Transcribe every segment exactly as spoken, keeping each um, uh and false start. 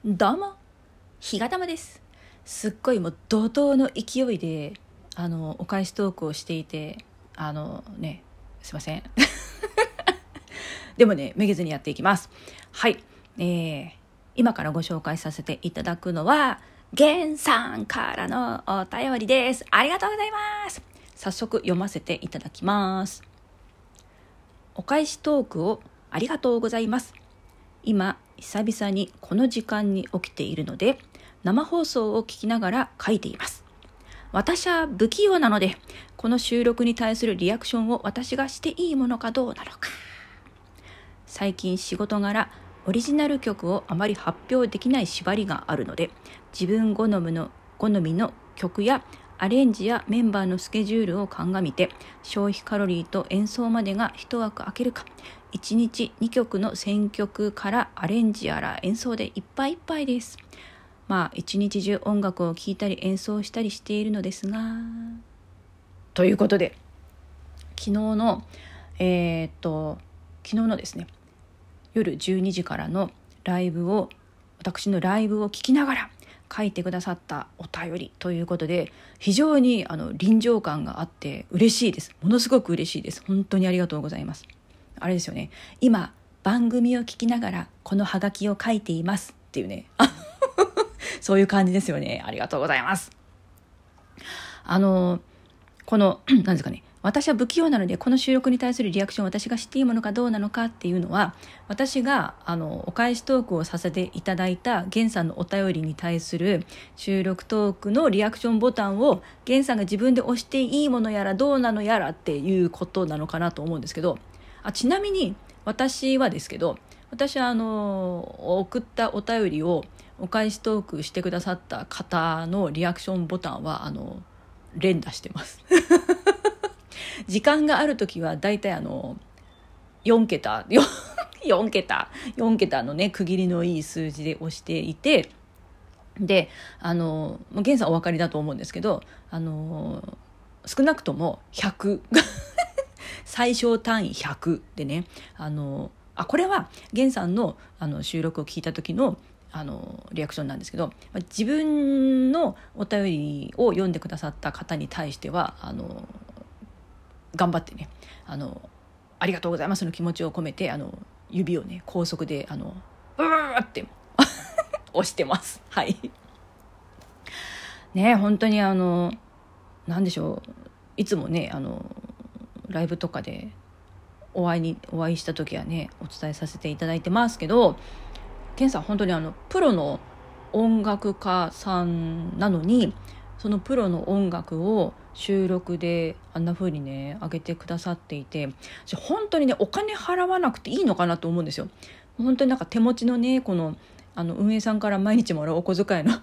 どうも、ひがたまです。すっごいもう怒涛の勢いであのお返しトークをしていて、あのねすいませんでもねめげずにやっていきます。はい、えー、今からご紹介させていただくのはゲンさんからのお便りです。ありがとうございます。早速読ませていただきます。お返しトークをありがとうございます。今久々にこの時間に起きているので生放送を聞きながら書いています。私は不器用なのでこの収録に対するリアクションを私がしていいものかどうなのか。最近仕事柄オリジナル曲をあまり発表できない縛りがあるので、自分好みの好みの曲やアレンジやメンバーのスケジュールを鑑みて消費カロリーと演奏までが一枠空けるか、いちにちにきょくの選曲からアレンジやら演奏でいっぱいいっぱいです。まあ一日中音楽を聴いたり演奏したりしているのですが、ということで昨日のえー、っと昨日のですね夜じゅうにじからのライブを私のライブを聴きながら書いてくださったお便りということで、非常にあの臨場感があって嬉しいです。ものすごく嬉しいです。本当にありがとうございます。あれですよね、今番組を聞きながらこのハガキを書いていますっていうねそういう感じですよね。ありがとうございます。あのこの何ですかね、私は不器用なのでこの収録に対するリアクションを私がしていいものかどうなのかっていうのは、私があのお返しトークをさせていただいたゲンさんのお便りに対する収録トークのリアクションボタンをゲンさんが自分で押していいものやらどうなのやらっていうことなのかなと思うんですけど、あちなみに私はですけど、私はあの送ったお便りをお返しトークしてくださった方のリアクションボタンはあの連打してます時間があるときはだいたいあのよんけたよんけたよんけたのね区切りのいい数字で押していて、であの現在お分かりだと思うんですけど、あの少なくともひゃく最小単位ひゃくでね、あのあこれは源さん の, あの収録を聞いた時のあのリアクションなんですけど、自分のお便りを読んでくださった方に対してはあの頑張ってね、あのありがとうございますの気持ちを込めてあの指をね高速であのうーって押してます。はいね、本当にあのなんでしょう、いつもねあのライブとかでお会いにお会いした時はねお伝えさせていただいてますけど、ケンさん本当にあのプロの音楽家さんなのに、そのプロの音楽を収録であんな風にね上げてくださっていて、本当にねお金払わなくていいのかなと思うんですよ。本当になんか手持ちのねこのあの運営さんから毎日もらうお小遣いの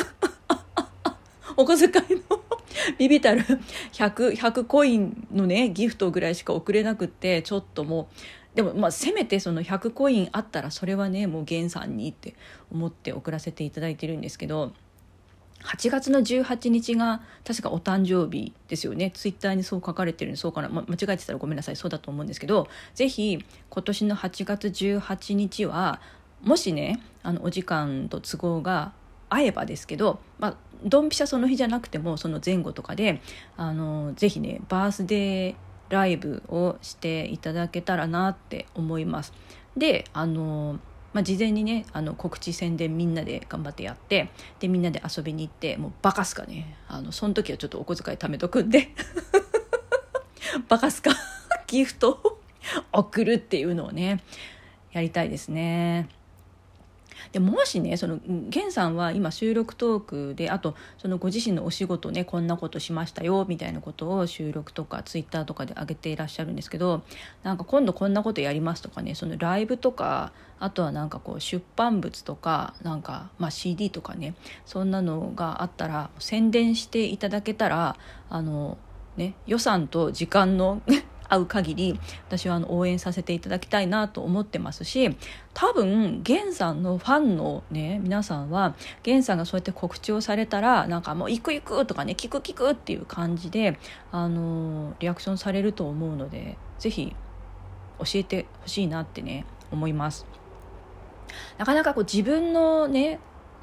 お小遣いのビビたるひゃく、ひゃくコインのねギフトぐらいしか送れなくって、ちょっともうでもまあせめてそのひゃくコインあったらそれはねもうゲンさんにって思って送らせていただいてるんですけど、はちがつのじゅうはちにちが確かお誕生日ですよね。ツイッターにそう書かれてるんで、そうかな、ま、間違えてたらごめんなさい、そうだと思うんですけど、ぜひ今年のはちがつじゅうはちにちはもしねあのお時間と都合が合えばですけど、まあドンピシャその日じゃなくてもその前後とかであのぜひねバースデーライブをしていただけたらなって思います。であのまあ、事前にねあの告知宣伝みんなで頑張ってやって、でみんなで遊びに行って、もうバカすかねあのその時はちょっとお小遣い貯めとくんでバカすかギフトを送るっていうのをねやりたいですね。でもしねそのゲンさんは今収録トークで、あとそのご自身のお仕事ねこんなことしましたよみたいなことを収録とかツイッターとかで上げていらっしゃるんですけど、なんか今度こんなことやりますとかね、そのライブとかあとはなんかこう出版物とかなんか、まあ、シーディー とかねそんなのがあったら宣伝していただけたらあの、ね、予算と時間の合う限り私はあの応援させていただきたいなと思ってますし、多分ゲンさんのファンのね皆さんはゲンさんがそうやって告知をされたらなんかもう行く行くとかね聞く聞くっていう感じであのリアクションされると思うので、ぜひ教えてほしいなってね思います。なかなかこう自分のね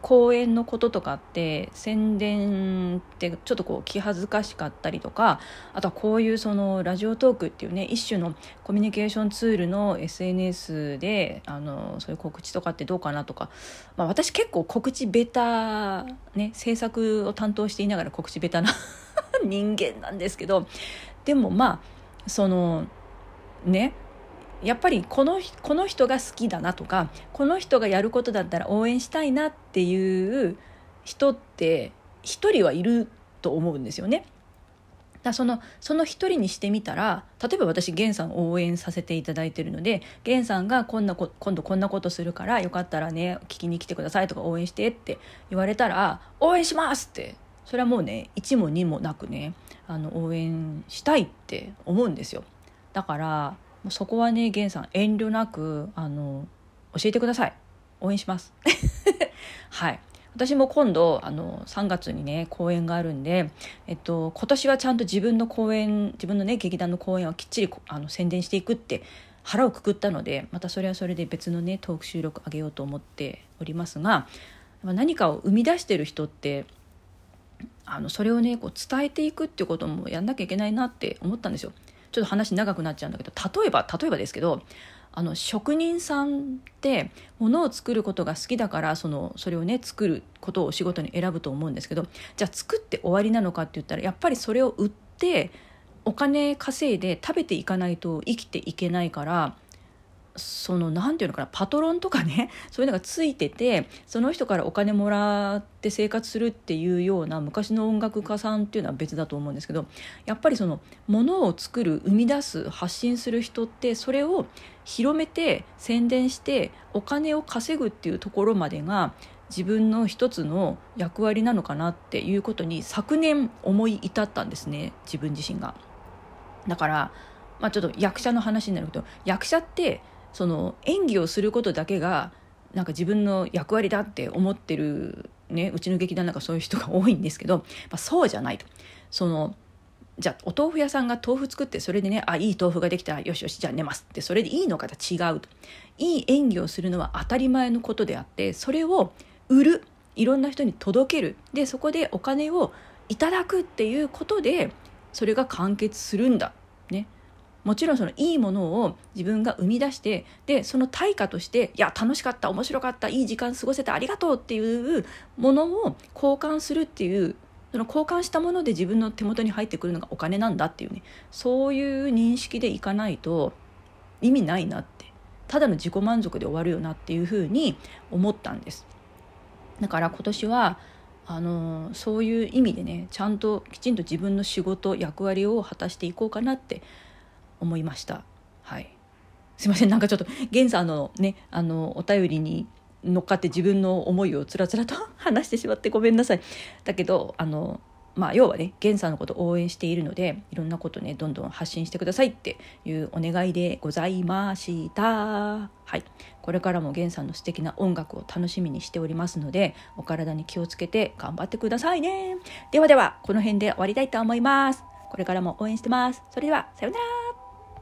講演のこととかって宣伝ってちょっとこう気恥ずかしかったりとか、あとはこういうそのラジオトークっていうね一種のコミュニケーションツールの エスエヌエス であのそういう告知とかってどうかなとか、まあ、私結構告知ベタね制作を担当していながら告知ベタな人間なんですけど、でもまあそのねやっぱりこの、この人が好きだなとか、この人がやることだったら応援したいなっていう人って一人はいると思うんですよね。だそのその一人にしてみたら、例えば私ゲンさんを応援させていただいているので、ゲンさんがこんなこ今度こんなことするからよかったらね聞きに来てくださいとか応援してって言われたら応援しますって、それはもうね一も二もなくねあの応援したいって思うんですよ。だからそこはねゲンさん遠慮なくあの教えてください。応援しますはい、私も今度あのさんがつにね公演があるんで、えっと、今年はちゃんと自分の公演自分のね劇団の公演をきっちりあの宣伝していくって腹をくくったので、またそれはそれで別のねトーク収録あげようと思っておりますが、何かを生み出してる人ってあのそれをねこう伝えていくっていうこともやんなきゃいけないなって思ったんですよ。ちょっと話長くなっちゃうんだけど、例えば例えばですけど、あの職人さんって物を作ることが好きだからそのそれをね作ることをお仕事に選ぶと思うんですけど、じゃあ作って終わりなのかって言ったらやっぱりそれを売ってお金稼いで食べていかないと生きていけないから、そのなんていうのかな、パトロンとかねそういうのがついててその人からお金もらって生活するっていうような昔の音楽家さんっていうのは別だと思うんですけど、やっぱりその物を作る生み出す発信する人ってそれを広めて宣伝してお金を稼ぐっていうところまでが自分の一つの役割なのかなっていうことに昨年思い至ったんですね、自分自身が。だから、まあ、ちょっと役者の話になるけど、役者ってその演技をすることだけがなんか自分の役割だって思ってる、ね、うちの劇団なんかそういう人が多いんですけど、まあ、そうじゃないと。そのじゃあお豆腐屋さんが豆腐作ってそれでね、あいい豆腐ができたよしよしじゃあ寝ますってそれでいいのかと違うと。いい演技をするのは当たり前のことであって、それを売る、いろんな人に届ける、でそこでお金をいただくっていうことでそれが完結するんだね。もちろんそのいいものを自分が生み出して、でその対価としていや楽しかった面白かったいい時間過ごせたありがとうっていうものを交換するっていう、その交換したもので自分の手元に入ってくるのがお金なんだっていうね、そういう認識でいかないと意味ないなって、ただの自己満足で終わるよなっていうふうに思ったんです。だから今年はあのそういう意味でねちゃんときちんと自分の仕事役割を果たしていこうかなって思いました。はい、すいません、なんかちょっと源さんのねあのお便りに乗っかって自分の思いをつらつらと話してしまってごめんなさい。だけどあのまあ要はね源さんのことを応援しているのでいろんなことねどんどん発信してくださいっていうお願いでございました。はい、これからも源さんの素敵な音楽を楽しみにしておりますのでお体に気をつけて頑張ってくださいね。ではではこの辺で終わりたいと思います。これからも応援してます。それではさようなら。